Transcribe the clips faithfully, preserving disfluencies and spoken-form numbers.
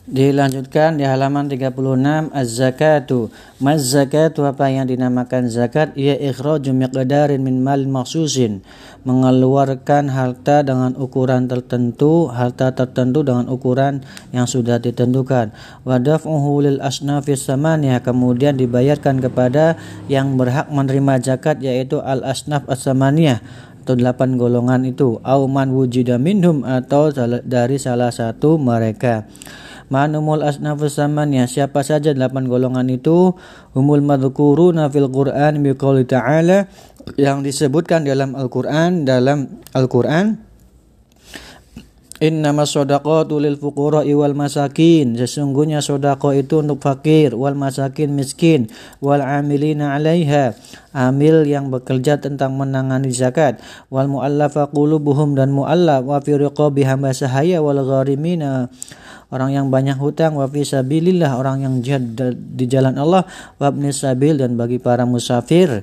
Dilanjutkan di halaman tiga puluh enam, az-zakatu. Maz-zakatu, apa yang dinamakan zakat? Ia ikhraju miqdarin min malin maksusin, mengeluarkan harta dengan ukuran tertentu, harta tertentu dengan ukuran yang sudah ditentukan. Wa daf'uhu lil asnafis samaniyah, kemudian dibayarkan kepada yang berhak menerima zakat, yaitu al-asnaf as-samaniyah atau delapan golongan itu, au man wujida minhum, atau dari salah satu mereka. Manumul asnafus samaniyah, siapa saja delapan golongan itu? Humul madhkuruna fil Qur'an biqouli ta'ala, yang disebutkan dalam Al-Qur'an, dalam Al-Qur'an innamas shadaqatu lil fuqara'i wal masakin, sesungguhnya sedekah itu untuk fakir, wal masakin miskin, wal amilina 'alaiha, amil yang bekerja tentang menangani zakat, wal mu'allafa qulubuhum, dan mu'allaf, wa fi riqabi hamba sahaya, wal gharimina, orang yang banyak hutang, wa fi sabilillah, orang yang jihad di jalan Allah, wa ibnis sabil, dan bagi para musafir.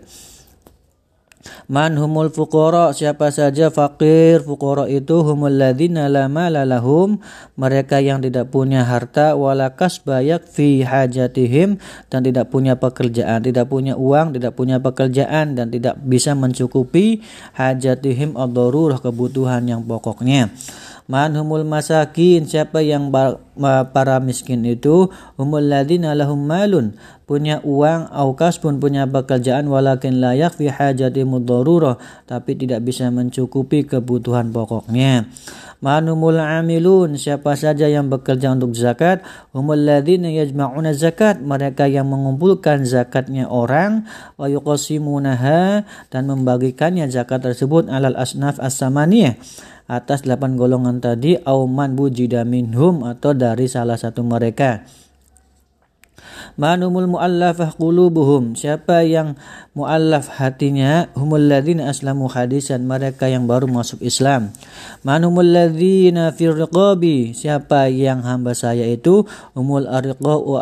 Man humul fuqara, siapa saja fakir, fuqara itu humul ladzina la mala lahum, mereka yang tidak punya harta, wala kasba yakfi hajatihim, dan tidak punya pekerjaan, tidak punya uang, tidak punya pekerjaan, dan tidak bisa mencukupi hajatihim ad-darurah, kebutuhan yang pokoknya. Man humul masakin, siapa yang para miskin itu? Humul ladzina lahum malun, punya uang, au kasbun, punya pekerjaan, walakin la yakfi hajatihim ad-darurah, tapi tidak bisa mencukupi kebutuhan pokoknya. Man humul amilun, siapa saja yang bekerja untuk zakat? Humul ladzina yajma'una zakat, mereka yang mengumpulkan zakatnya orang, wa yuqasimunaha, dan membagikannya zakat tersebut alal asnaf as-samaniyah, atas delapan golongan tadi, au man wujida minhum, atau dari salah satu mereka. Manumul mu'allafah qulubuhum, siapa yang mu'allaf hatinya? Humul ladzina aslamu hadisan, mereka yang baru masuk Islam. Manumul ladzina fir riqabi, siapa yang hamba saya itu? Humul ariqa'u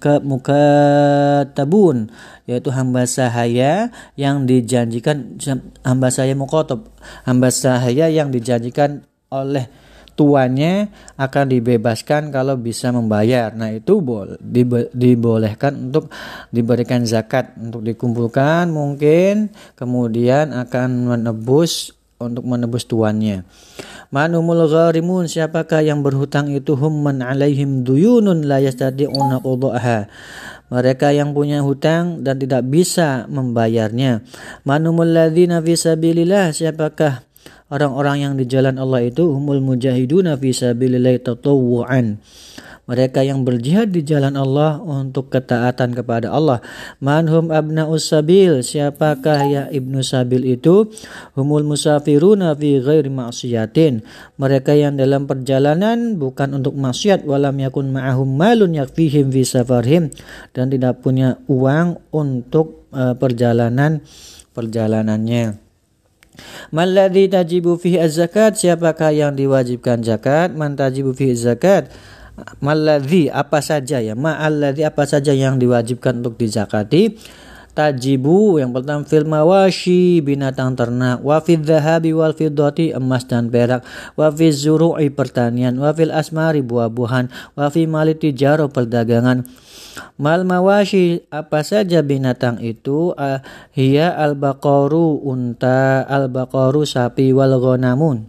al-mukatabun, yaitu hamba sahaya yang dijanjikan, hamba saya muqatab, hamba sahaya yang dijanjikan oleh tuannya akan dibebaskan kalau bisa membayar. Nah, itu boleh dibolehkan untuk diberikan zakat, untuk dikumpulkan mungkin, kemudian akan menebus, untuk menebus tuannya. Manumul gharimun, siapakah yang berhutang itu? Hum man alaihim duyunun la yastati'una qada'aha, mereka yang punya hutang dan tidak bisa membayarnya. Manumul ladzina fi sabilillah, siapakah orang-orang yang di jalan Allah itu? Humul mujahiduna fi sabilillah tatawwu'an, mereka yang berjihad di jalan Allah untuk ketaatan kepada Allah. Manhum abna'us sabil, siapakah ya ibnu sabil itu? Humul musafiruna fi ghairi ma'siyatin, mereka yang dalam perjalanan bukan untuk maksiat, walam yakun ma'ahum malun yakfihim fi safarhim, dan tidak punya uang untuk uh, perjalanan perjalanannya. Malladzi tajibu fihi az-zakat, siapakah yang diwajibkan zakat? Man tajibu fihi zakat, malladzi, apa saja ya, ma'alladzi, apa saja yang diwajibkan untuk dizakati. Tajibu, yang pertama, fil mawashi, binatang ternak, wa fil dhahabi wal fiddati, emas dan perak, wa fil zuru'i, pertanian, wa fil asmari, buah-buahan, wa fi mali tijaro, perdagangan. Mal mawashi, apa saja binatang itu? Uh, hiya al-baqaru, unta, al-baqaru, sapi, wal ghanamun,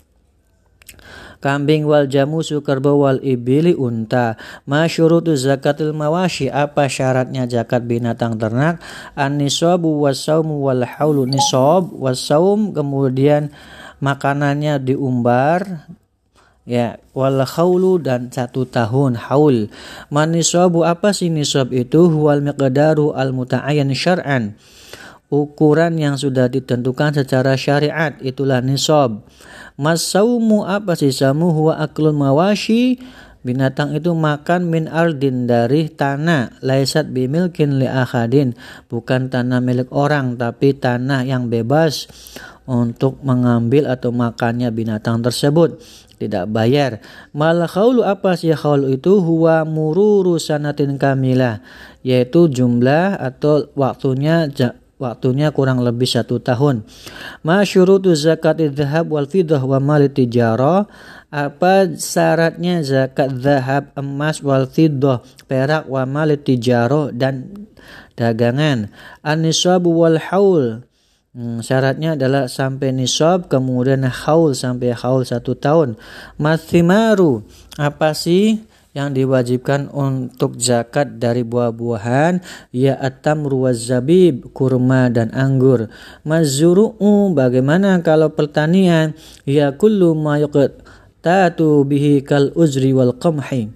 kambing, wal jamusu, kerbau, wal ibili, unta. Ma syurutu zakatul mawashi, apa syaratnya zakat binatang ternak? An-nisabu was-saumu wal haulu, nisab was-saum, kemudian makanannya diumbar, ya, wal haulu, dan satu tahun haul. Man nisabu, apa sih nisab itu? Huwal miqdaru al muta'ayyan syar'an, ukuran yang sudah ditentukan secara syariat, itulah nisab. Masaumu, apa sih samu? Huwa aklul mawashi, binatang itu makan min ardin, dari tanah, laisat bimilkin li akhadin, bukan tanah milik orang, tapi tanah yang bebas untuk mengambil atau makannya binatang tersebut, tidak bayar. Mal khaulu, apa sih khaulu itu? Huwa mururu sanatin kamilah, yaitu jumlah atau waktunya waktunya kurang lebih satu tahun. Ma syurutu zakatidz dzahab wal fiddah wa mal tijarah, apa syaratnya zakat zahab, emas, wal fiddah, perak, wa mal tijarah, dan dagangan. An-nisab wal haul, Hmm, syaratnya adalah sampai nisab, kemudian haul sampai haul satu tahun. Mathimaru, apa sih yang diwajibkan untuk zakat dari buah-buahan? Ya at-tamru waz-zabib, kurma dan anggur. Mazuru'u, bagaimana kalau pertanian? Ya kullu ma yuqtatu bihi kal uzri wal qamhi.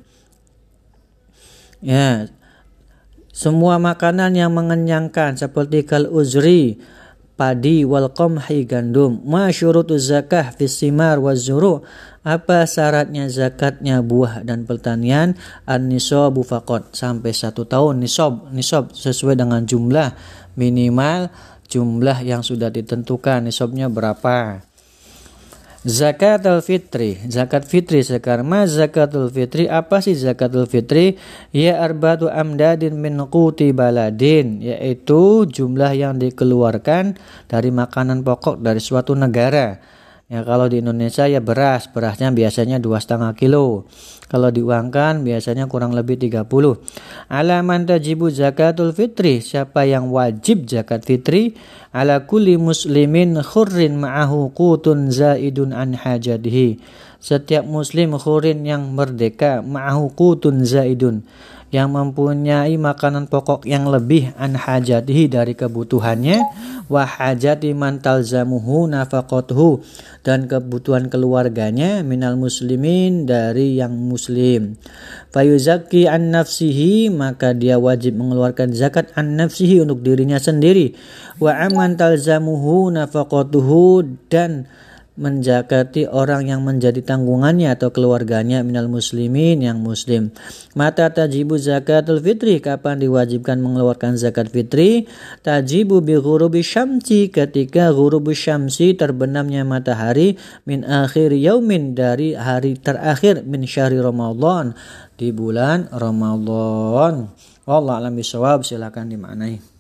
Ya, semua makanan yang mengenyangkan seperti kal uzri, padi, wal qamhi, gandum. Ma syurutuz zakah fis simar waz zuru', apa syaratnya zakatnya buah dan pertanian? An-nisabu faqat, sampai satu tahun. Nisab, nisab sesuai dengan jumlah, minimal jumlah yang sudah ditentukan, nisabnya berapa. Zakatul fitri, zakat fitri sekarang. Ma zakatul fitri, apa sih zakatul fitri? Ya arbatu amdadin min quti baladin, yaitu jumlah yang dikeluarkan dari makanan pokok dari suatu negara. Ya, kalau di Indonesia ya beras, berasnya biasanya dua setengah kilo. Kalau diuangkan biasanya kurang lebih tiga puluh. Ala man tajibu zakatul fitri, siapa yang wajib zakat fitri? Ala kulli muslimin khurrin ma'ahu qutun zaidun an hajatihi, setiap muslim khurrin yang merdeka, ma'ahu qutun zaidun, yang mempunyai makanan pokok yang lebih, an hajatihi dari kebutuhannya, wa hajati man talzamuhu nafaqatuhu, dan kebutuhan keluarganya, minal muslimin, dari yang muslim. Fayuzakki an nafsihi, maka dia wajib mengeluarkan zakat an nafsihi, untuk dirinya sendiri, wa aman talzamuhu nafaqatuhu, dan menjakati orang yang menjadi tanggungannya atau keluarganya, minal muslimin, yang muslim. Mata tajibu zakatul fitri, kapan diwajibkan mengeluarkan zakat fitri? Tajibu bi ghurubi syamsi, ketika ghurubi syamsi, terbenamnya matahari, min akhir yaumin, dari hari terakhir, min syahri Ramadan, di bulan Ramadan. Wallahu a'lam bishawab, silakan dimaknai.